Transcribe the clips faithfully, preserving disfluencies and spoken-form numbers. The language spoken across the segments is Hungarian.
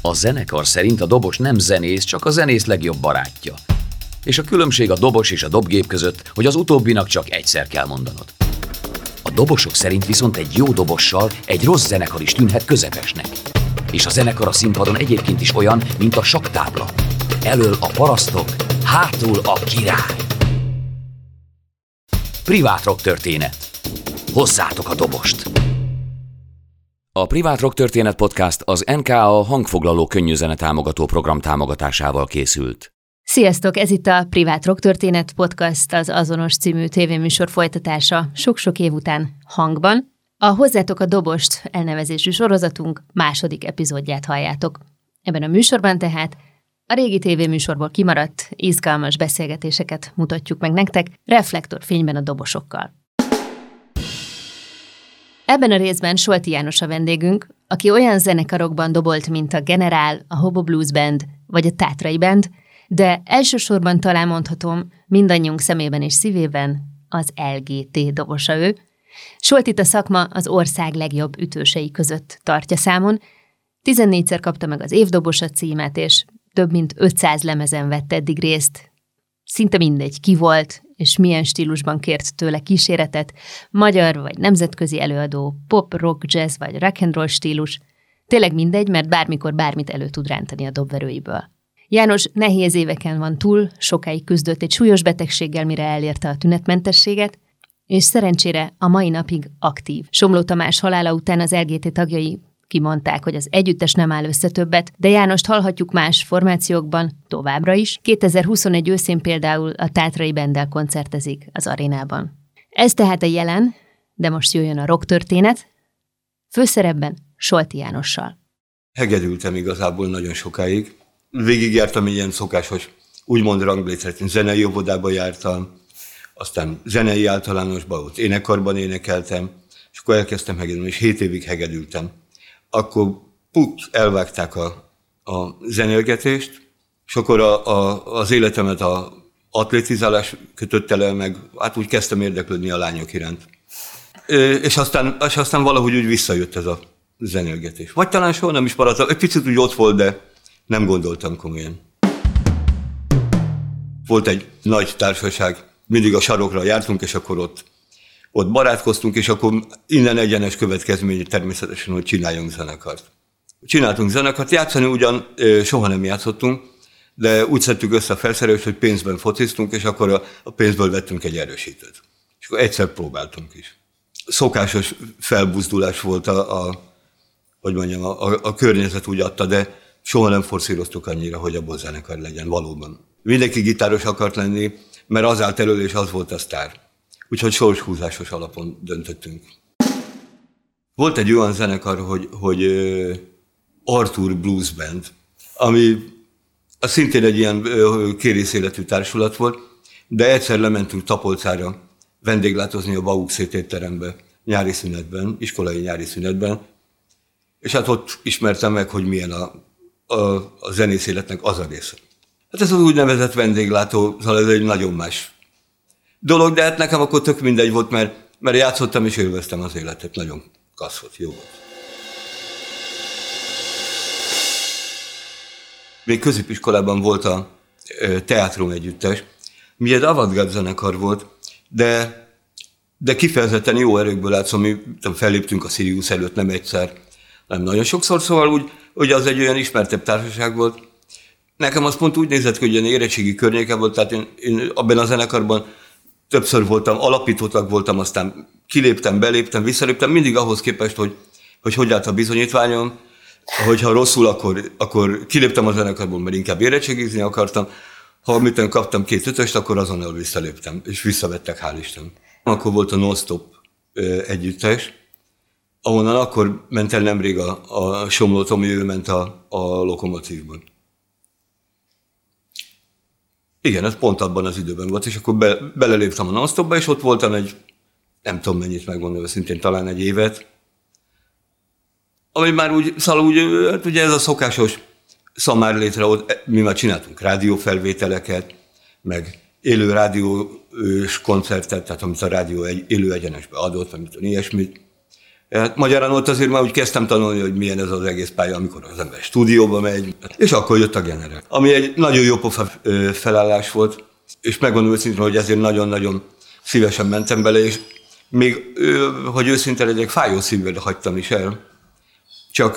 A zenekar szerint a dobos nem zenész, csak a zenész legjobb barátja. És a különbség a dobos és a dobgép között, hogy az utóbbinak csak egyszer kell mondanod. A dobosok szerint viszont egy jó dobossal egy rossz zenekar is tűnhet közepesnek. És a zenekar a színpadon egyébként is olyan, mint a saktábla. Elől a parasztok, hátul a király. Privát rock történet. Hozzátok a dobost! A Privát Rock Történet Podcast az en ká á hangfoglaló könnyűzene támogató program támogatásával készült. Sziasztok! Ez itt a Privát Rock Történet Podcast, az azonos című tévéműsor folytatása sok-sok év után hangban. A Hozzátok a dobost elnevezésű sorozatunk második epizódját halljátok. Ebben a műsorban tehát a régi tévéműsorból kimaradt, izgalmas beszélgetéseket mutatjuk meg nektek reflektorfényben a dobosokkal. Ebben a részben Solti János a vendégünk, aki olyan zenekarokban dobolt, mint a Generál, a Hobo Blues Band vagy a Tátrai Band, de elsősorban talán mondhatom, mindannyiunk szemében és szívében az el gé té dobosa ő. Soltit a szakma az ország legjobb ütősei között tartja számon, tizennégyszer kapta meg az évdobosa címet, és több mint ötszáz lemezen vett eddig részt. Szinte mindegy, ki volt, és milyen stílusban kért tőle kíséretet, magyar vagy nemzetközi előadó, pop, rock, jazz vagy rock and roll stílus. Tényleg mindegy, mert bármikor bármit elő tud rántani a dobverőiből. János nehéz éveken van túl, sokáig küzdött egy súlyos betegséggel, mire elérte a tünetmentességet, és szerencsére a mai napig aktív. Somló Tamás halála után az el gé té tagjai kimondták, hogy az együttes nem áll össze többet, de Jánost hallhatjuk más formációkban továbbra is. kétezer-huszonegy őszén például a Tátrai Banddel koncertezik az arénában. Ez tehát a jelen, de most jöjjön a rock történet, főszerepben Solti Jánossal. Hegedültem igazából nagyon sokáig. Végigjártam ilyen szokásos, úgymond ranglétret, zenei óvodába jártam, aztán zenei általánosban, ott énekarban énekeltem, és akkor elkezdtem hegedülni, és hét évig hegedültem. Akkor put, elvágták a, a zenélgetést, és akkor a, a, az életemet a atlétizálás kötötte le, meg hát úgy kezdtem érdeklődni a lányok iránt. És aztán, és aztán valahogy úgy visszajött ez a zenélgetés. Vagy talán soha nem is maradtam, egy picit úgy ott volt, de nem gondoltam komolyan. Volt egy nagy társaság, mindig a sarokra jártunk, és akkor ott Ott barátkoztunk, és akkor innen egyenes következmény természetesen, hogy csináljunk zenekart. Csináltunk zenekart, játszani ugyan soha nem játszottunk, de úgy szedtük össze a felszerelést, hogy pénzben fociztunk, és akkor a, a pénzből vettünk egy erősítőt. És akkor egyszer próbáltunk is. Szokásos felbuzdulás volt a, a hogy mondjam, a, a, a környezet úgy adta, de soha nem forszíroztuk annyira, hogy abból zenekar legyen valóban. Mindenki gitáros akart lenni, mert az állt elő, és az volt a sztár. Úgyhogy sorshúzásos alapon döntöttünk. Volt egy olyan zenekar, hogy, hogy Arthur Blues Band, ami szintén egy ilyen kérészéletű társulat volt, de egyszer lementünk Tapolcára vendéglátozni a Bauk szététterembe nyári szünetben, iskolai nyári szünetben, és hát ott ismertem meg, hogy milyen a, a, a zenész életnek az a része. Hát ez az úgynevezett vendéglátó, szóval ez egy nagyon más dolog, de hát nekem akkor tök mindegy volt, mert, mert játszottam és élveztem az életet. Nagyon klassz volt, jó volt. Még középiskolában volt a teátrum együttes, mi egy avantgárd zenekar volt, de, de kifejezetten jó erőkből állt, szóval mi felléptünk a Sirius előtt nem egyszer, nem nagyon sokszor, szóval úgy, hogy az egy olyan ismertebb társaság volt. Nekem az pont úgy nézett ki, hogy ilyen érettségi környéke volt, tehát én, én abban a zenekarban többször voltam, alapítótag voltam, aztán kiléptem, beléptem, visszaléptem, mindig ahhoz képest, hogy hogy, hogy állt a bizonyítványom, hogyha rosszul, akkor, akkor kiléptem a zenekarból, mert inkább érettségizni akartam, ha miten kaptam két ötöst, akkor azonnal visszaléptem, és visszavettek, hál' Isten. Akkor volt a Non-Stop együttes, ahonnan akkor ment el nemrég a, a Somló Tomi, ő ment a, a Lokomotívban. Igen, ez pont abban az időben volt, és akkor be, beleléptem a Non-Stopba, és ott voltam egy, nem tudom mennyit megmondani, szintén talán egy évet, ami már úgy, szóval úgy, hát ugye ez a szokásos szamárlétre, ott mi már csináltunk rádiófelvételeket, meg élő rádiós koncertet, tehát amit a rádió egy, élő egyenesbe adott, vagy mit tudom, ilyesmit. Hát magyarán ott azért már úgy kezdtem tanulni, hogy milyen ez az egész pálya, amikor az ember stúdióba megy, és akkor jött a generál. Ami egy nagyon jó pofa felállás volt, és megmondom őszintén, hogy ezért nagyon-nagyon szívesen mentem bele, és még, hogy őszinte legyek, fájó szívvel hagytam is el. Csak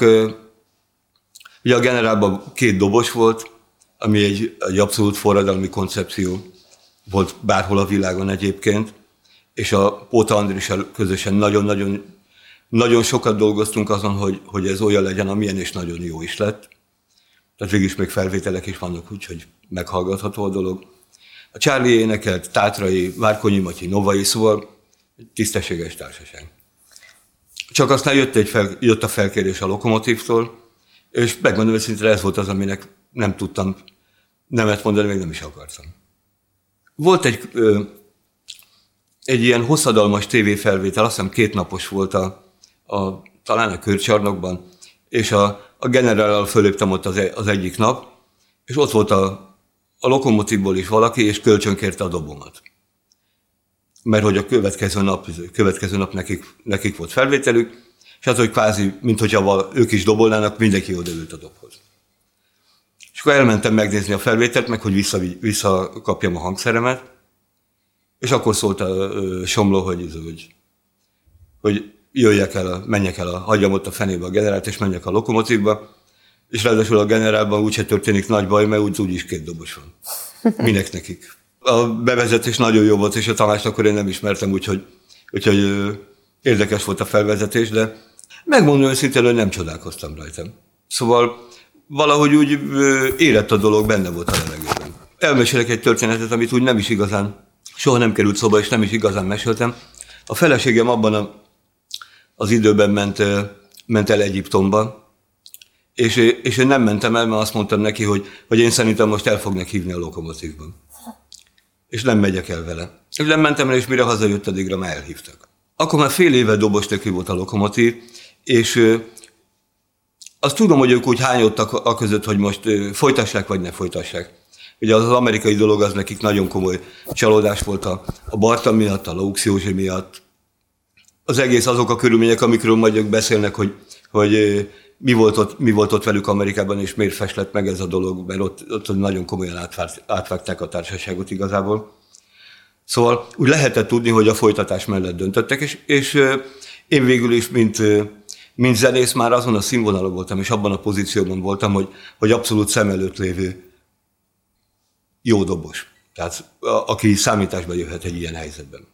ugye a generálban két dobos volt, ami egy, egy abszolút forradalmi koncepció volt bárhol a világon egyébként, és a Póta Andrissal közösen nagyon-nagyon nagyon sokat dolgoztunk azon, hogy, hogy ez olyan legyen, amilyen, és nagyon jó is lett. Tehát végig is még felvételek is vannak, úgyhogy meghallgatható a dolog. A Charlie énekelt, Tátrai, Várkonyi Matyi, Novai, szóval tisztességes társaság. Csak aztán jött, egy fel, jött a felkérés a Lokomotívtól, és megmondom őszintén, ez volt az, aminek nem tudtam nemet mondani, még nem is akartam. Volt egy, ö, egy ilyen hosszadalmas tévéfelvétel, azt hiszem két napos volt a, a, talán a Körcsarnokban, és a, a generállal föléptem ott az, az egyik nap, és ott volt a, a Lokomotívból is valaki, és kölcsönkérte a dobomat. Mert hogy a következő nap, következő nap nekik, nekik volt felvételük, és hát, hogy kvázi, minthogyha ők is dobolnának, mindenki odaült a dobhoz. És akkor elmentem megnézni a felvételt, meg hogy vissza, visszakapjam a hangszeremet, és akkor szólt a Somló, hogy, hogy, hogy jöjjek el, menjek el, a, hagyjam ott a fenébe a generált, és menjek a Lokomotívba, és ráadásul a generálban úgyse történik nagy baj, mert úgy, úgy is két dobos van. Minek nekik. A bevezetés nagyon jó volt, és a Tamást akkor én nem ismertem, úgyhogy, úgyhogy érdekes volt a felvezetés, de megmondom őszintén, hogy nem csodálkoztam rajtam. Szóval valahogy úgy érett a dolog, benne volt a levegőben. Elmesélek egy történetet, amit úgy nem is igazán, soha nem került szóba, és nem is igazán meséltem. A feleségem abban a, az időben ment, ment el Egyiptomba, és, és én nem mentem el, mert azt mondtam neki, hogy, hogy én szerintem most el fognak hívni a Lokomotívban. És nem megyek el vele. És nem mentem el, és mire hazajött, addigra már elhívtak. Akkor már fél éve dobostökű volt a Lokomotív, és ö, azt tudom, hogy ők úgy hányodtak a között, hogy most ö, folytassák, vagy ne folytassák. Ugye az, az amerikai dolog az nekik nagyon komoly csalódás volt a, a Barta miatt, a Laux Józsi miatt. Az egész azok a körülmények, amikről majd ők beszélnek, hogy, hogy ö, mi, volt ott, mi volt ott velük Amerikában, és miért feslett meg ez a dolog, mert ott, ott nagyon komolyan átvágt, átvágták a társaságot igazából. Szóval úgy lehetett tudni, hogy a folytatás mellett döntöttek, és, és euh, én végül is, mint, euh, mint zenész már azon a színvonalon voltam, és abban a pozícióban voltam, hogy, hogy abszolút szem előtt lévő jó dobos. Tehát a, aki számításba jöhet egy ilyen helyzetben.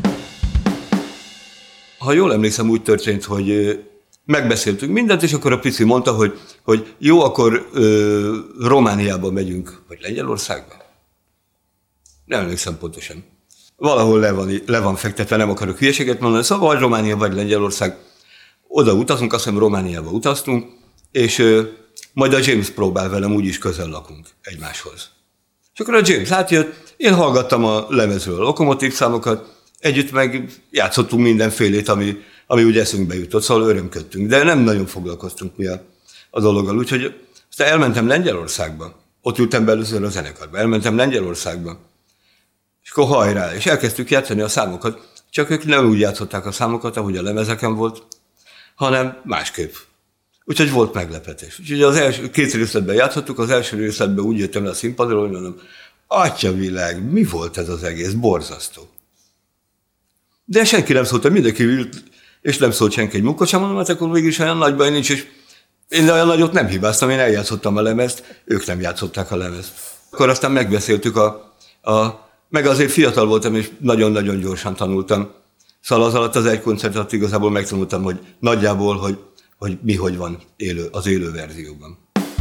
Ha jól emlékszem, úgy történt, hogy euh, megbeszéltünk mindent, és akkor a Pici mondta, hogy, hogy jó, akkor euh, Romániába megyünk, vagy Lengyelországba. Nem emlékszem pontosan. Valahol le van, le van fektetve, nem akarok hülyeséget mondani, szóval vagy Románia, vagy Lengyelország. Oda utazunk, azt hiszem Romániába utaztunk, és ö, majd a James próbál velem, úgyis közel lakunk egymáshoz. És akkor a James átjött, én hallgattam a lemezről a Lokomotív számokat, együtt meg játszottunk mindenfélét, ami, ami úgy eszünkbe jutott, szóval örömködtünk, de nem nagyon foglalkoztunk mi a, a dologgal. Úgyhogy aztán elmentem Lengyelországba, ott ültem be először a zenekarba, elmentem Lengyelországba, és akkor hajrá, és elkezdtük játszani a számokat, csak ők nem úgy játszották a számokat, ahogy a lemezeken volt, hanem másképp. Úgyhogy volt meglepetés. Úgyhogy az első két részletben játszottuk, az első részletben úgy jöttem le a színpadról, hogy mondom, atyavilág, mi volt ez az egész, borzasztó. De senki nem szólt, mindenki ült, és nem szólt senki egy munkot sem, mondom, hát akkor mégis olyan nagy baj nincs, és én olyan nagyot nem hibáztam, én eljátszottam a lemezt, ők nem játszották a lemezt. Akkor aztán megbeszéltük a, a meg azért fiatal voltam, és nagyon-nagyon gyorsan tanultam. Szóval az alatt az egy koncertet igazából megtanultam, hogy nagyjából, hogy, hogy mi hogy van élő, az élő verzióban.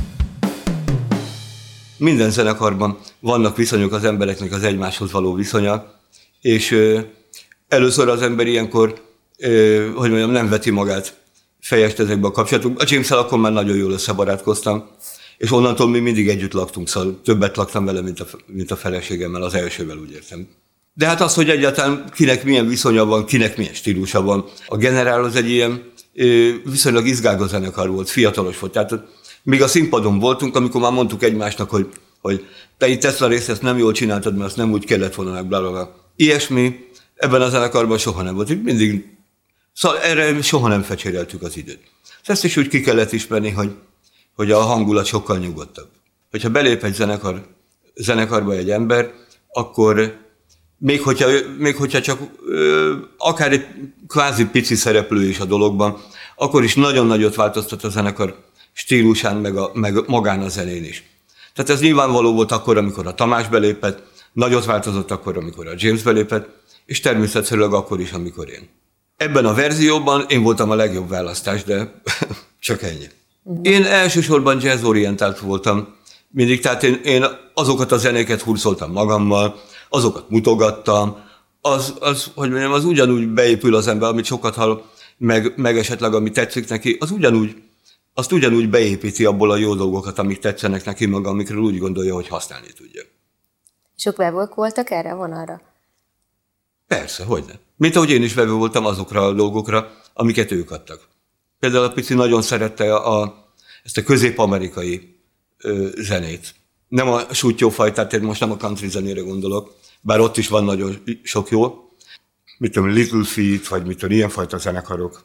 Minden zenekarban vannak viszonyok az embereknek az egymáshoz való viszonya, és ö, először az ember ilyenkor, ö, hogy mondjam, nem veti magát fejest ezekbe a kapcsolatokba. A James-szel akkor már nagyon jól összebarátkoztam, és onnantól mi mindig együtt laktunk, szóval többet laktam vele, mint a, mint a feleségemmel, az elsővel, úgy értem. De hát az, hogy egyáltalán kinek milyen viszonya van, kinek milyen stílusa van. A generál az egy ilyen ö, viszonylag izgágó zenekar volt, fiatalos volt. Tehát míg a színpadon voltunk, amikor már mondtuk egymásnak, hogy, hogy te itt ezt a részt ezt nem jól csináltad, mert azt nem úgy kellett volna meg, bla, bla, bla. Ilyesmi ebben a zenekarban soha nem volt. Itt mindig Szóval erre soha nem fecséreltük az időt. Ezt is úgy ki kellett ismerni, hogy, hogy a hangulat sokkal nyugodtabb. Hogyha belép egy zenekar, zenekarba egy ember, akkor még hogyha, még hogyha csak ö, akár egy kvázi pici szereplő is a dologban, akkor is nagyon nagyot változtat a zenekar stílusán, meg, a, meg magán a zenén is. Tehát ez nyilvánvaló volt akkor, amikor a Tamás belépett, nagyot változott akkor, amikor a James belépett, és természetesen akkor is, amikor én. Ebben a verzióban én voltam a legjobb választás, de csak ennyi. Én elsősorban jazzorientált voltam mindig, tehát én, én azokat a zenéket hurcoltam magammal, azokat mutogattam, az, az, hogy mondjam, az ugyanúgy beépül az ember, amit sokat hall, meg, meg esetleg ami tetszik neki, az ugyanúgy, azt ugyanúgy beépíti abból a jó dolgokat, amik tetszenek neki maga, amikről úgy gondolja, hogy használni tudja. Sok vevők voltak erre a vonalra? Persze, hogyne. Mint ahogy én is vevő voltam azokra a dolgokra, amiket ők adtak. Például a Pici nagyon szerette a, a, ezt a közép-amerikai ö, zenét. Nem a sútyófajtát, én most nem a country zenére gondolok, bár ott is van nagyon sok jó. Mit tudom, Little Feat, vagy mit tudom, ilyenfajta zenekarok.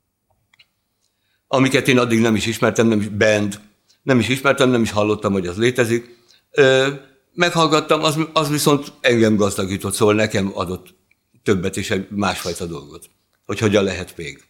Amiket én addig nem is ismertem, nem is band, nem is ismertem, nem is hallottam, hogy az létezik. Ö, meghallgattam, az, az viszont engem gazdagított, szóval nekem adott többet és egy másfajta dolgot, hogy hogyan lehet még.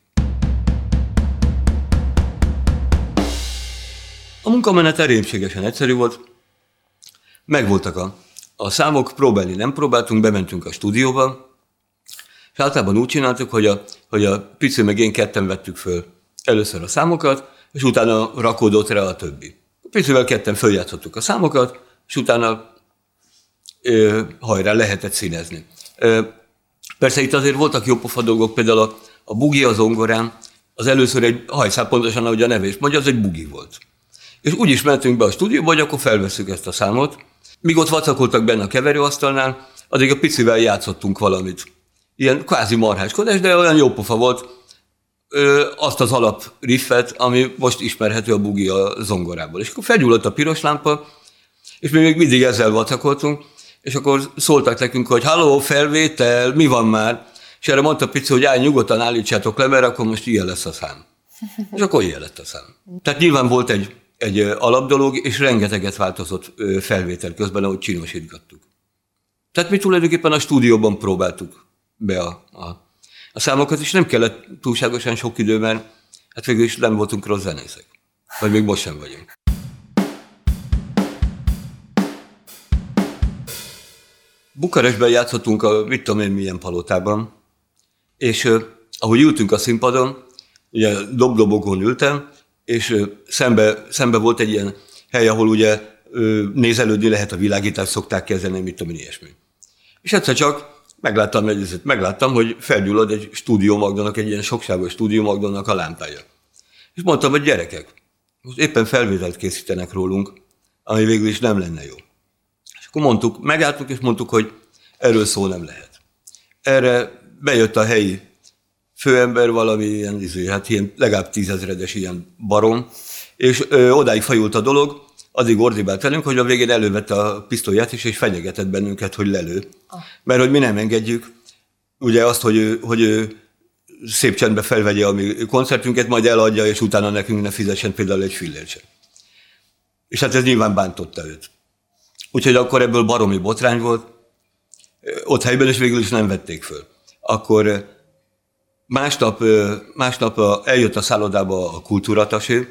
A munkamenet rémségesen egyszerű volt, megvoltak a, a számok, próbálni nem próbáltunk, bementünk a stúdióba, és általában úgy csináltuk, hogy a, hogy a Pici meg én ketten vettük föl először a számokat, és utána rakódott rá a többi. A Picivel ketten följátszottuk a számokat, és utána ö, hajrá lehetett színezni. Ö, persze itt azért voltak jópofa dolgok, például a, a bugi az zongorán, az először egy hajszál, pontosan ahogy a neve is mondja, az egy bugi volt. És úgy is mentünk be a stúdióba, hogy akkor felvesszük ezt a számot. Míg ott vacakoltak benne a keverőasztalnál, addig a Picivel játszottunk valamit. Ilyen kvázi marháskodás, de olyan jópofa volt, ö, azt az alap riffet, ami most ismerhető a bugi a zongorából. És akkor felgyulladt a piros lámpa, és mi még mindig ezzel vacakoltunk, és akkor szóltak nekünk, hogy halló, felvétel, mi van már? És erre mondta Pici, hogy állj, nyugodtan állítsátok le, mert akkor most ilyen lesz a szám. És akkor ilyen lett a szám. Tehát nyilván volt egy, egy alapdolog, és rengeteget változott felvétel közben, ahogy csinosítgattuk. Tehát mi tulajdonképpen a stúdióban próbáltuk be a, a, a számokat, és nem kellett túlságosan sok idő, mert hát végül is nem voltunk rossz zenészek. Vagy még most sem vagyunk. Bukarestben játszottunk a mit tudom én milyen palotában, és uh, ahogy ültünk a színpadon, ugye dobdobokon ültem, és uh, szembe, szembe volt egy ilyen hely, ahol ugye uh, nézelődni lehet, a világítást szokták kezelni, mit tudom én, ilyesmi. És egyszer csak megláttam, egy, megláttam, hogy felgyullad egy stúdiómagnónak, egy ilyen soksávos stúdiómagnónak a lámpája. És mondtam, hogy gyerekek, most éppen felvételt készítenek rólunk, ami végül is nem lenne jó. És akkor mondtuk, megálltuk, és mondtuk, hogy erről szó nem lehet. Erre bejött a helyi főember, valami ilyen, hát ilyen legalább tízezredes ilyen barom, és ö, odáig fajult a dolog, addig ordibált velünk, hogy a végén elővette a pisztolyát is, és fenyegetett bennünket, hogy lelő. Oh. Mert hogy mi nem engedjük, ugye azt, hogy ő, hogy ő szép csendben felvegye a mi koncertünket, majd eladja, és utána nekünk ne fizessen például egy fillért sem. És hát ez nyilván bántotta őt. Úgyhogy akkor ebből baromi botrány volt, ott helyben is végül is nem vették föl. Akkor másnap, másnap eljött a szállodába a kultúratasi,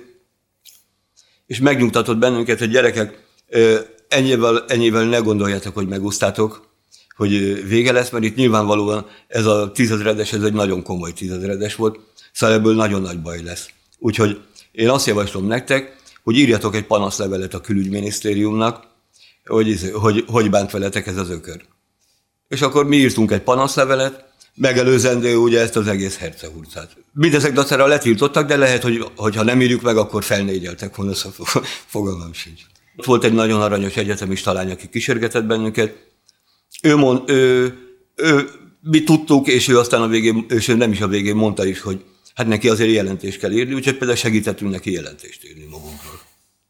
és megnyugtatott bennünket, hogy gyerekek, ennyivel, ennyivel ne gondoljátok, hogy megúsztátok, hogy vége lesz, mert itt nyilvánvalóan ez a tízezredes, ez egy nagyon komoly tízezredes volt, szóval ebből nagyon nagy baj lesz. Úgyhogy én azt javaslom nektek, hogy írjatok egy panaszlevelet a külügyminisztériumnak, hogy, hogy hogy bánt veletek ez az ökör. És akkor mi írtunk egy panaszlevelet, megelőzendő ugye ezt az egész hercehurcát. Mindezek dacára letiltottak, de lehet, hogy ha nem írjuk meg, akkor felnégyeltek volna, szóval fogalmam sincs. Ott volt egy nagyon aranyos egyetemista lány, aki kísérgetett bennünket. Ő, mond, ő, ő, mi tudtuk, és ő aztán a végén, és ő nem is a végén mondta is, hogy hát neki azért jelentést kell írni, úgyhogy például segítettünk neki jelentést írni magunkról.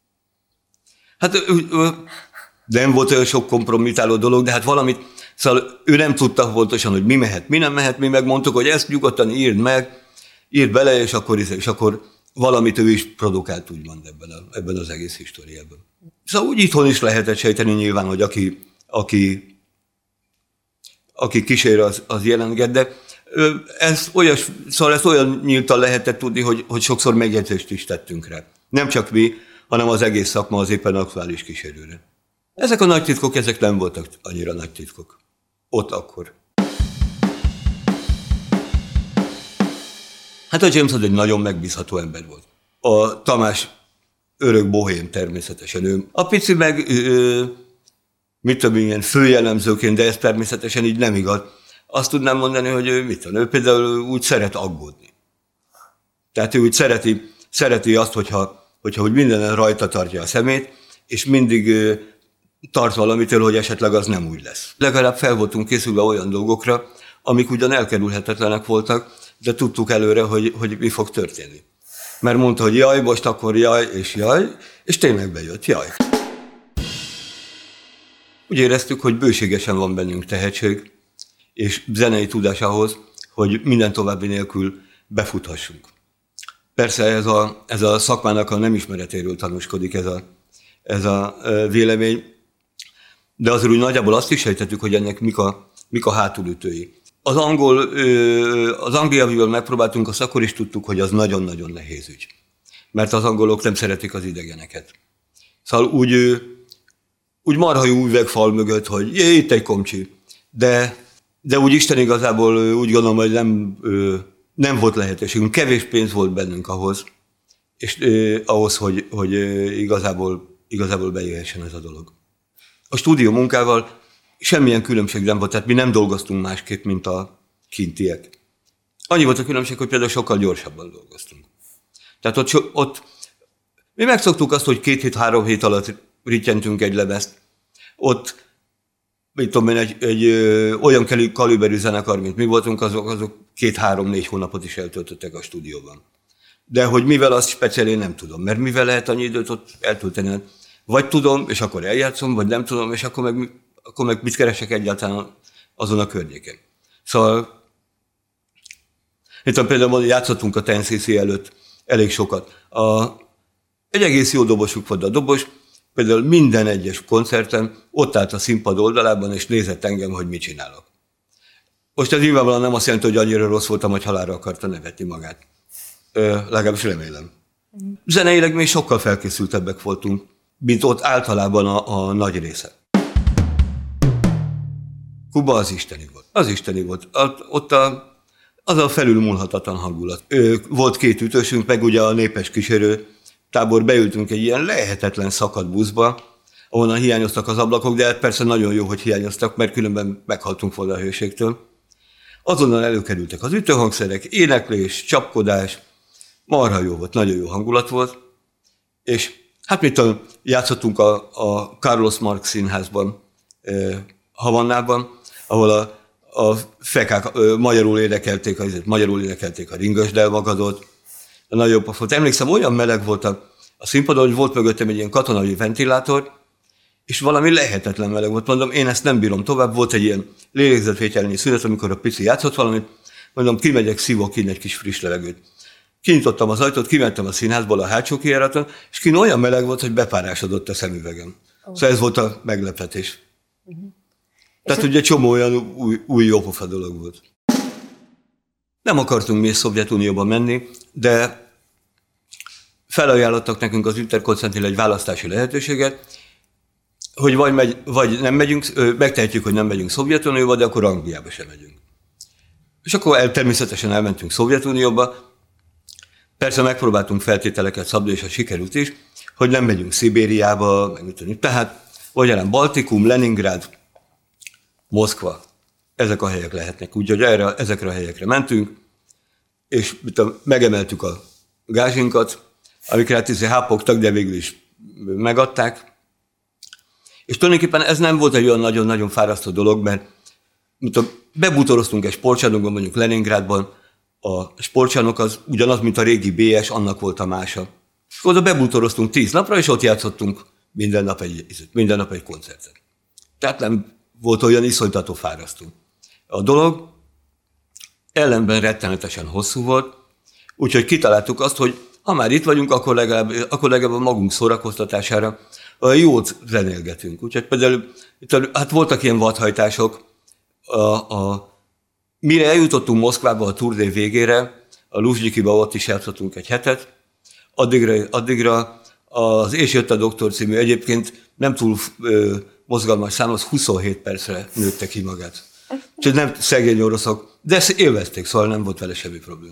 Hát nem volt olyan sok kompromitáló dolog, de hát valamit, szóval ő nem tudta pontosan, hogy mi mehet, mi nem mehet, mi megmondtuk, hogy ezt nyugodtan írd meg, írt bele, és akkor, és akkor valamit ő is produkált, úgymond ebben, a, ebben az egész históriában. Szóval úgy itthon is lehetett sejteni nyilván, hogy aki, aki, aki kísér, az, az jelentget, de ez olyas, szóval ezt olyan nyíltan lehetett tudni, hogy, hogy sokszor megjegyzést is tettünk rá. Nem csak mi, hanem az egész szakma az éppen aktuális kísérőre. Ezek a nagy titkok, ezek nem voltak annyira nagy titkok. Ott akkor. Hát a James az egy nagyon megbízható ember volt. A Tamás örök bohém természetesen ő. A pici meg, ö, mit tudom, ilyen főjellemzőként, de ez természetesen így nem igaz. Azt tudnám mondani, hogy ő, mit tudom, ő például úgy szeret aggódni. Tehát ő úgy szereti, szereti azt, hogyha, hogyha hogy mindenen rajta tartja a szemét, és mindig ö, tart valamitől, hogy esetleg az nem úgy lesz. Legalább fel voltunk készülve olyan dolgokra, amik ugyan elkerülhetetlenek voltak, de tudtuk előre, hogy, hogy mi fog történni. Mert mondta, hogy jaj, most akkor jaj, és jaj, és tényleg bejött, jaj. Úgy éreztük, hogy bőségesen van bennünk tehetség, és zenei tudás ahhoz, hogy minden további nélkül befuthassunk. Persze ez a, ez a szakmának a nem ismeretéről tanúskodik ez a, ez a vélemény, de azért úgy nagyjából azt is sejtettük, hogy ennek mik a, mik a hátulütői. Az angol, az Anglia, amivel megpróbáltunk, azt akkor is tudtuk, hogy az nagyon-nagyon nehéz ügy. Mert az angolok nem szeretik az idegeneket. Szóval úgy, úgy marha jó üvegfal mögött, hogy jé, itt egy komcsi. De, de úgy Isten igazából úgy gondolom, hogy nem, nem volt lehetőségünk. Kevés pénz volt bennünk ahhoz, és eh, ahhoz, hogy, hogy igazából, igazából bejöhessen ez a dolog. A stúdió munkával semmilyen különbség nem volt, tehát mi nem dolgoztunk másképp, mint a kintiek. Annyi volt a különbség, hogy például sokkal gyorsabban dolgoztunk. Tehát ott, ott mi megszoktuk azt, hogy két hét, három hét alatt rittyentünk egy lemezt. Ott, mit tudom én, egy, egy ö, olyan kaliberű zenekar, mint mi voltunk, azok, azok két-három-négy hónapot is eltöltöttek a stúdióban. De hogy mivel azt speciál, én nem tudom, mert mivel lehet annyi időt ott eltölteni. Vagy tudom, és akkor eljátszom, vagy nem tudom, és akkor meg, akkor meg mit keresek egyáltalán azon a környéken. Szóval, itt például játszottunk a ten cé cé előtt elég sokat. A, egy egész jó dobosuk volt a dobos, például minden egyes koncerten ott állt a színpad oldalában, és nézett engem, hogy mit csinálok. Most ez nyilvánvalóan nem azt jelenti, hogy annyira rossz voltam, hogy halálra akarta nevetni magát. Ö, legalábbis remélem. Zeneileg még sokkal felkészültebbek voltunk, mint ott általában a, a nagy része. Kuba az isteni volt. Az isteni volt. Ott a, az a felülmúlhatatlan hangulat. Ö, volt két ütősünk, meg ugye a népes kísérő tábor, beültünk egy ilyen lehetetlen szakadt buszba, ahonnan hiányoztak az ablakok, de persze nagyon jó, hogy hiányoztak, mert különben meghaltunk volna a hőségtől. Azonnal előkerültek az ütőhangszerek, éneklés, csapkodás, marha jó volt, nagyon jó hangulat volt, és hát mit tudom, játszottunk a, a Carlos Marx színházban, eh, Havannában, ahol a, a fekák eh, magyarul énekelték, azért, magyarul énekelték a Ringasd elmagadott, a nagyobb pofot. Emlékszem, olyan meleg volt a, a színpadon, hogy volt mögöttem egy ilyen katonai ventilátor, és valami lehetetlen meleg volt. Mondom, én ezt nem bírom tovább. Volt egy ilyen lélegzetvételnyi szünet, amikor a pici játszott valamit. Mondom, kimegyek, szívok ki egy kis friss levegőt. Kinyitottam az ajtót, kimentem a színházból a hátsó kijáraton, és kin olyan meleg volt, hogy bepárásodott a szemüvegem. Oh. Szóval ez volt a meglepetés. Uh-huh. Tehát ugye csomó olyan új, új jópofa dolog volt. Nem akartunk mi Szovjetunióba menni, de felajánlottak nekünk az Interkontinentális egy választási lehetőséget, hogy vagy, megy, vagy nem megyünk, megtehetjük, hogy nem megyünk Szovjetunióba, de akkor Angliába sem megyünk. És akkor el, természetesen elmentünk Szovjetunióba. Persze megpróbáltunk feltételeket szabni, és a sikerült is, hogy nem megyünk Szibériába, meg mit tudom. Tehát, vagy jelen Baltikum, Leningrád, Moszkva. Ezek a helyek lehetnek. Úgyhogy erre, ezekre a helyekre mentünk, és tudom, megemeltük a gázsinkat, amikre hát izé hápogtak, de végül is megadták. És tulajdonképpen ez nem volt egy olyan nagyon-nagyon fárasztó dolog, mert tudom, bebútoroztunk egy sportcsarnokban, mondjuk Leningrádban, a sportcsarnok az ugyanaz, mint a régi bé es, annak volt a mása. És oda bebútoroztunk tíz napra, és ott játszottunk minden nap egy, minden nap egy koncertet. Tehát nem volt olyan iszonytató fárasztó. A dolog ellenben rettenetesen hosszú volt, Úgyhogy kitaláltuk azt, hogy ha már itt vagyunk, akkor legalább, akkor legalább a magunk szórakoztatására jót zenélgetünk. Úgyhogy például hát voltak ilyen vadhajtások. A, a, mire eljutottunk Moszkvába a Tour de végére, a Luzsnyikiba ott is játszottunk egy hetet, addigra, addigra az És jött a doktor című egyébként nem túl ö, mozgalmas szám, az huszonhét percre nőtte ki magát. Úgyhogy nem szegény oroszok, de ezt élvezték, szóval nem volt vele semmi probléma.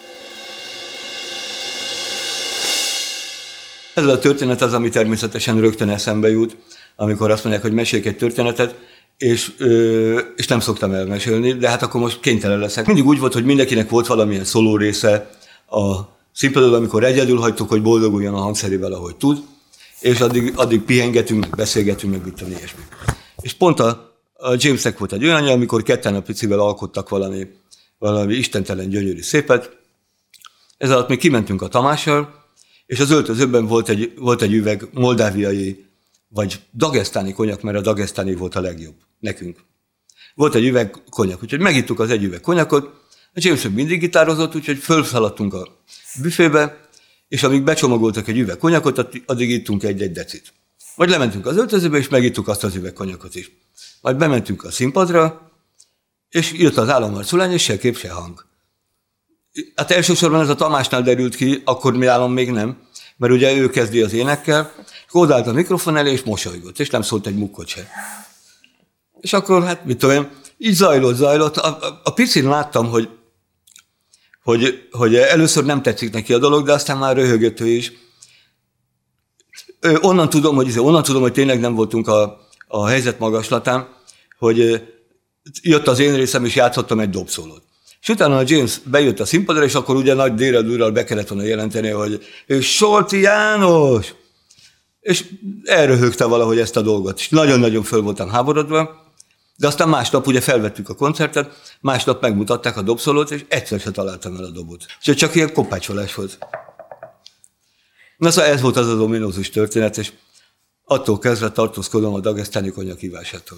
Ez a történet az, ami természetesen rögtön eszembe jut, amikor azt mondják, hogy meséljek egy történetet, és, ö, és nem szoktam elmesélni, de hát akkor most kénytelen leszek. Mindig úgy volt, hogy mindenkinek volt valamilyen szóló része a színpadon, amikor egyedül hagytuk, hogy boldoguljon a hangszerével, ahogy tud, és addig, addig pihengetünk, beszélgetünk, meg mit tudom, ilyesmi. És pont a, a Jamesnek volt egy olyan, amikor ketten a picivel alkottak valami, valami istentelen gyönyörű szépet. Ez alatt még kimentünk a Tamással, és az öltözőben volt egy, volt egy üveg moldáviai, vagy dagesztáni konyak, mert a dagesztáni volt a legjobb nekünk. Volt egy üveg konyak, úgyhogy megittuk az egy üveg konyakot, a James mindig gitározott, úgyhogy fölszaladtunk a büfébe, és amíg becsomagoltak egy üveg konyakot, addig ittunk egy-egy decit. Vagy lementünk az öltözőbe, és megittuk azt az üveg konyakot is. Majd bementünk a színpadra, és jött az államarculány, és se kép, se hang. Hát elsősorban ez a Tamásnál derült ki, akkor mi állam még nem, mert ugye ő kezdi az énekkel, odállt a mikrofon elé, és mosolygott, és nem szólt egy mukkot se. És akkor, hát mit tudom én, így zajlott, zajlott. A, a, a picin láttam, hogy, hogy, hogy először nem tetszik neki a dolog, de aztán már röhögött ő is. Onnan tudom, hogy, onnan tudom, hogy tényleg nem voltunk a, a helyzet magaslatán, hogy jött az én részem, és játszottam egy dobszólót. És utána a James bejött a színpadra, és akkor ugye nagy délre-dúrral be kellett volna jelenteni, hogy ő Solti János! És elröhögte valahogy ezt a dolgot. És nagyon-nagyon föl voltam háborodva, de aztán másnap ugye felvettük a koncertet, másnap megmutatták a dobszólót, és egyszer se találtam el a dobot. Úgyhogy csak ilyen koppácsolás volt. Na szóval ez volt az az ominózus történet, és attól kezdve tartózkodom a dagesztáni konyak hívásától.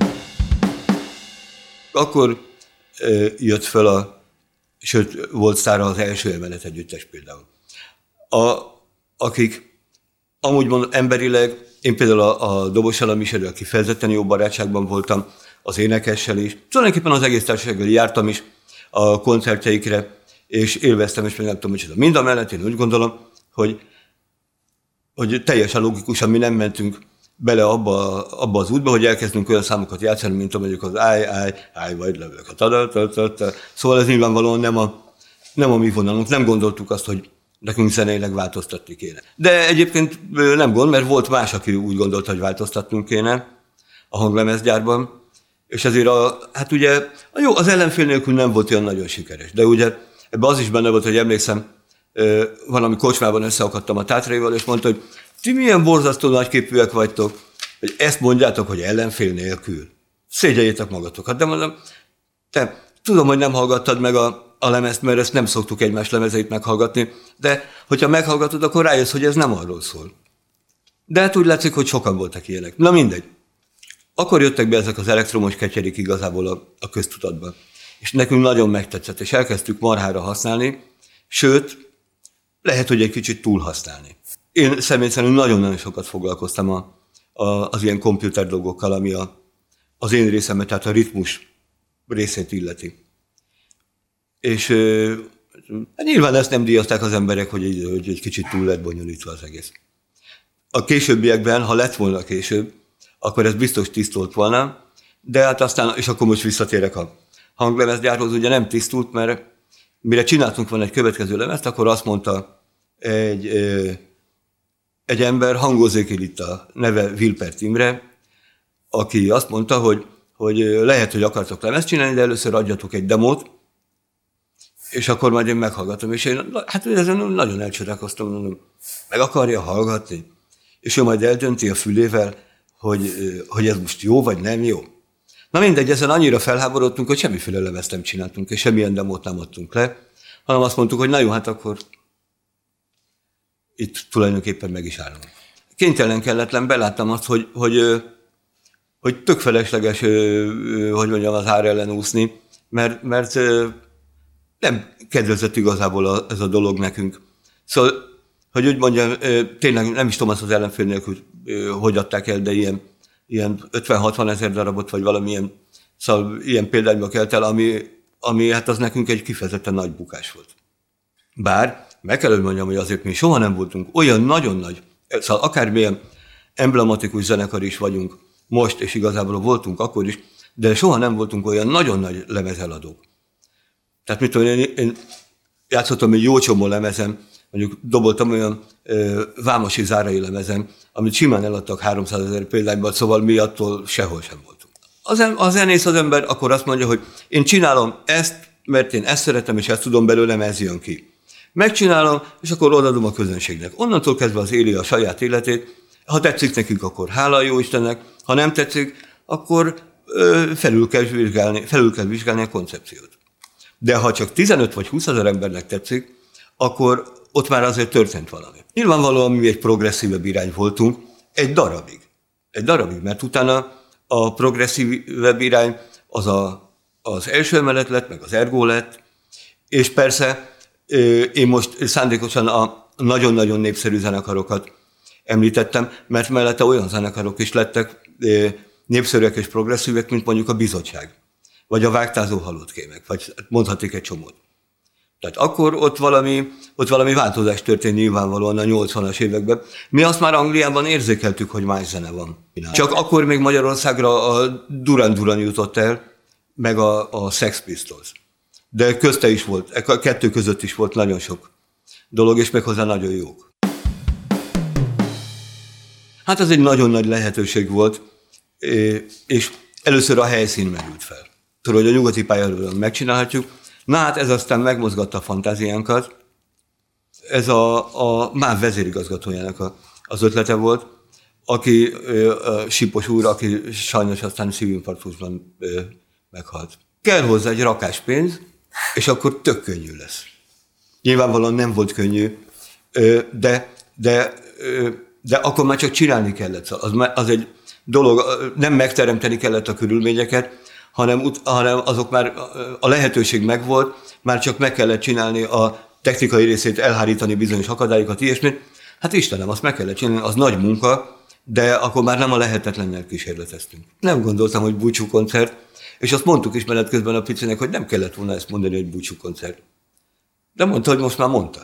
Akkor e, jött föl a, sőt, volt szára az első emelet együttes például. A, akik amúgy mondom, emberileg, én például a, a dobossal, a Michellel kifejezetten jó barátságban voltam, az énekessel is. Tulajdonképpen az egész társasággal jártam is a koncertjeikre, és élveztem, és még nem tudom, micsoda. Mind a mellett én úgy gondolom, hogy, hogy teljesen logikusan mi nem mentünk bele abba, abba az útba, hogy elkezdünk olyan számokat játszani, mint mondjuk az áj, áj, áj, vagy lövök. Szóval ez nyilvánvalóan nem a, nem a mi vonalunk. Nem gondoltuk azt, hogy nekünk zeneileg változtatni kéne. De egyébként nem gond, mert volt más, aki úgy gondolta, hogy változtatnunk kéne a hanglemezgyárban, és ezért a, hát ugye, a jó, az ellenfél nélkül nem volt olyan nagyon sikeres. De ugye ebben az is benne volt, hogy emlékszem, valami kocsmában összeakadtam a Tátraival, és mondta, hogy ti milyen borzasztó nagyképűek vagytok, hogy ezt mondjátok, hogy ellenfél nélkül. Szégyeljétek magatokat. De mondom, te tudom, hogy nem hallgattad meg a, a lemezt, mert ezt nem szoktuk egymás lemezeit meghallgatni, de hogyha meghallgatod, akkor rájössz, hogy ez nem arról szól. De hát úgy látszik, hogy sokan voltak ilyenek. Na mindegy. Akkor jöttek be ezek az elektromos ketyerik igazából a, a köztudatban. És nekünk nagyon megtetszett, és elkezdtük marhára használni, sőt, lehet, hogy egy kicsit túl használni. Én személy szerint nagyon-nagyon sokat foglalkoztam a, a, az ilyen komputer dolgokkal, ami a, az én részemet, tehát a ritmus részét illeti. És hát nyilván ezt nem díjazták az emberek, hogy egy, hogy egy kicsit túl lett bonyolítva az egész. A későbbiekben, ha lett volna később, akkor ez biztos tisztult volna, de hát aztán, és akkor most visszatérek a hanglemezgyárhoz, ugye nem tisztult, mert mire csináltunk volna egy következő lemezt, akkor azt mondta egy, egy ember, hangozzék itt a neve Vilpert Imre, aki azt mondta, hogy, hogy lehet, hogy akartok lemezt csinálni, de először adjatok egy demót, és akkor majd én meghallgatom. És én hát ezen nagyon elcsodálkoztam, mondom, meg akarja hallgatni, és ő majd eldönti a fülével, hogy, hogy ez most jó, vagy nem jó. Na mindegy, ezen annyira felháborodtunk, hogy semmiféle lemezt nem csináltunk, és semmilyen demót nem adtunk le, hanem azt mondtuk, hogy na jó, hát akkor itt tulajdonképpen meg is állunk. Kénytelen kelletlen, beláttam azt, hogy, hogy, hogy tök felesleges, hogy mondjam, az ár ellen úszni, mert, mert nem kedvezett igazából a, ez a dolog nekünk. Szóval, hogy úgy mondjam, tényleg nem is tudom azt az ellenfél nélkül, hogy adták el, de ilyen, ilyen ötven-hatvan ezer darabot, vagy valamilyen, szóval ilyen példányba kelt el, ami, ami hát az nekünk egy kifejezetten nagy bukás volt. Bár meg kell, hogy mondjam, hogy azért mi soha nem voltunk olyan nagyon nagy, szóval akármilyen emblematikus zenekar is vagyunk most, és igazából voltunk akkor is, de soha nem voltunk olyan nagyon nagy lemezeladók. Tehát mit tudom, én, én játszottam egy jó csomó lemezem, mondjuk doboltam olyan ö, vámosi zárai lemezem, amit simán eladtak háromszázezer példányban, szóval mi attól sehol sem voltunk. Az, a zenész az ember akkor azt mondja, hogy én csinálom ezt, mert én ezt szeretem, és ezt tudom belőlem, ez jön ki. Megcsinálom, és akkor odaadom a közönségnek. Onnantól kezdve az éli a saját életét. Ha tetszik nekünk, akkor hála jó Istennek, ha nem tetszik, akkor ö, felül, kell vizsgálni, felül kell vizsgálni a koncepciót. De ha csak tizenöt vagy húszezer embernek tetszik, akkor ott már azért történt valami. Nyilvánvalóan mi egy progresszívebb irány voltunk egy darabig. Egy darabig, mert utána a progresszívebb irány az a, az első emelet lett, meg az ergó lett, és persze én most szándékosan a nagyon-nagyon népszerű zenekarokat említettem, mert mellette olyan zenekarok is lettek népszerűek és progresszívek, mint mondjuk a Bizottság, vagy a Vágtázó Halottkémek, vagy mondhatik egy csomót. Tehát akkor ott valami, ott valami változás történt nyilvánvalóan a nyolcvanas években. Mi azt már Angliában érzékeltük, hogy más zene van. Csak akkor még Magyarországra a Duran Duran jutott el, meg a, a Sex Pistols. De közte is volt, a kettő között is volt nagyon sok dolog, és méghozzá nagyon jók. Hát ez egy nagyon nagy lehetőség volt, és először a helyszín merült fel. Tudod, hogy a nyugati pályáról megcsinálhatjuk. Na hát ez aztán megmozgatta a fantáziánkat. Ez a, a MÁV vezérigazgatójának a, az ötlete volt, aki a Sipos úr, aki sajnos aztán szívinfarktusban meghalt. Kell hozzá egy rakás pénz, és akkor tök könnyű lesz. Nyilvánvalóan nem volt könnyű, de, de, de akkor már csak csinálni kellett. Az, az egy dolog, nem megteremteni kellett a körülményeket, hanem, hanem azok már a lehetőség megvolt, már csak meg kellett csinálni a technikai részét, elhárítani bizonyos akadályokat, ilyesmit. Hát Istenem, azt meg kellett csinálni, az nagy munka, de akkor már nem a lehetetlennel kísérleteztünk. Nem gondoltam, hogy búcsú koncert, és azt mondtuk is menet közben a picinek, hogy nem kellett volna ezt mondani, hogy búcsú koncert. De mondta, hogy most már mondta.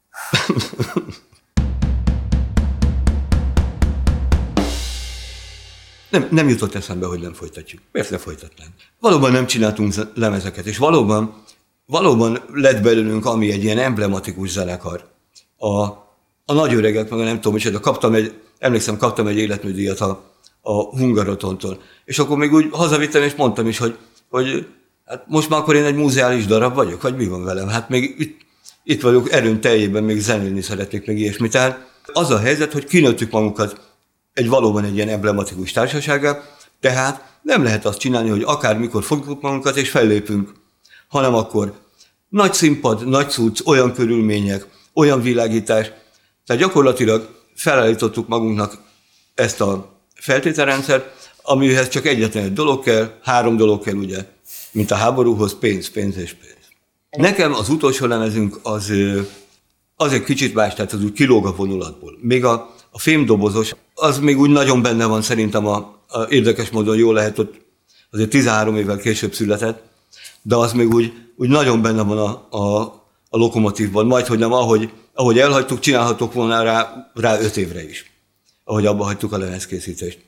nem, nem jutott eszembe, hogy nem folytatjuk. Miért ne folytatnánk? Valóban nem csináltunk lemezeket, és valóban, valóban lett belőlünk, ami egy ilyen emblematikus zenekar. A, a nagy öregek, meg nem tudom, micsoda, kaptam egy, emlékszem, kaptam egy életműdíjat a, a Hungarotontól. És akkor még úgy hazavittem, és mondtam is, hogy, hogy hát most már akkor én egy muzeális darab vagyok, vagy mi van velem? Hát még itt, itt vagyok erőn teljében, még zenélni szeretnék, meg ilyesmi. Tehát az a helyzet, hogy kinőttük magunkat egy valóban egy ilyen emblematikus társaságá, tehát nem lehet azt csinálni, hogy akármikor fogjuk magunkat és fellépünk, hanem akkor nagy színpad, nagy cucc, olyan körülmények, olyan világítás. Tehát gyakorlatilag felállítottuk magunknak ezt a feltételrendszert, amihez csak egyetlen egy dolog kell, három dolog kell ugye, mint a háborúhoz, pénz, pénz és pénz. Nekem az utolsó lemezünk az, az egy kicsit más, tehát az úgy kilóg a vonulatból. Még a, a fémdobozos, az még úgy nagyon benne van szerintem, a, a érdekes módon jól lehet, ott azért tizenhárom évvel később született, de az még úgy, úgy nagyon benne van a, a, a lokomotívban, majd hogy nem, ahogy, ahogy elhagytuk, csinálhatok volna rá, rá öt évre is, ahogy abba hagytuk a lemezkészítést.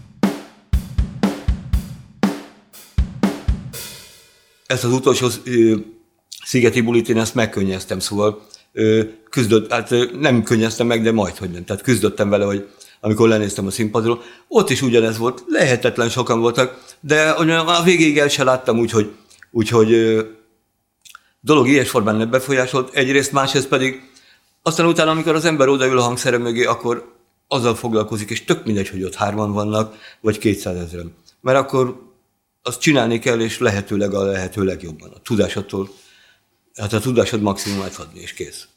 Ezt az utolsó szigeti bulit én ezt megkönnyeztem, szóval küzdött, hát nem könnyeztem meg, de majd, hogy nem. Tehát küzdöttem vele, hogy amikor lenéztem a színpadról, ott is ugyanez volt, lehetetlen sokan voltak, de a végéig el se láttam, úgyhogy úgyhogy dolog ilyes formán nem befolyásolt, egyrészt, másrészt pedig aztán utána, amikor az ember odaül a hangszere mögé, akkor azzal foglalkozik, és tök mindegy, hogy ott hárman vannak, vagy kétszázezren. Mert akkor azt csinálni kell, és lehetőleg a lehető legjobban. A tudásodtól, hát a tudásod maximumát adni, és kész.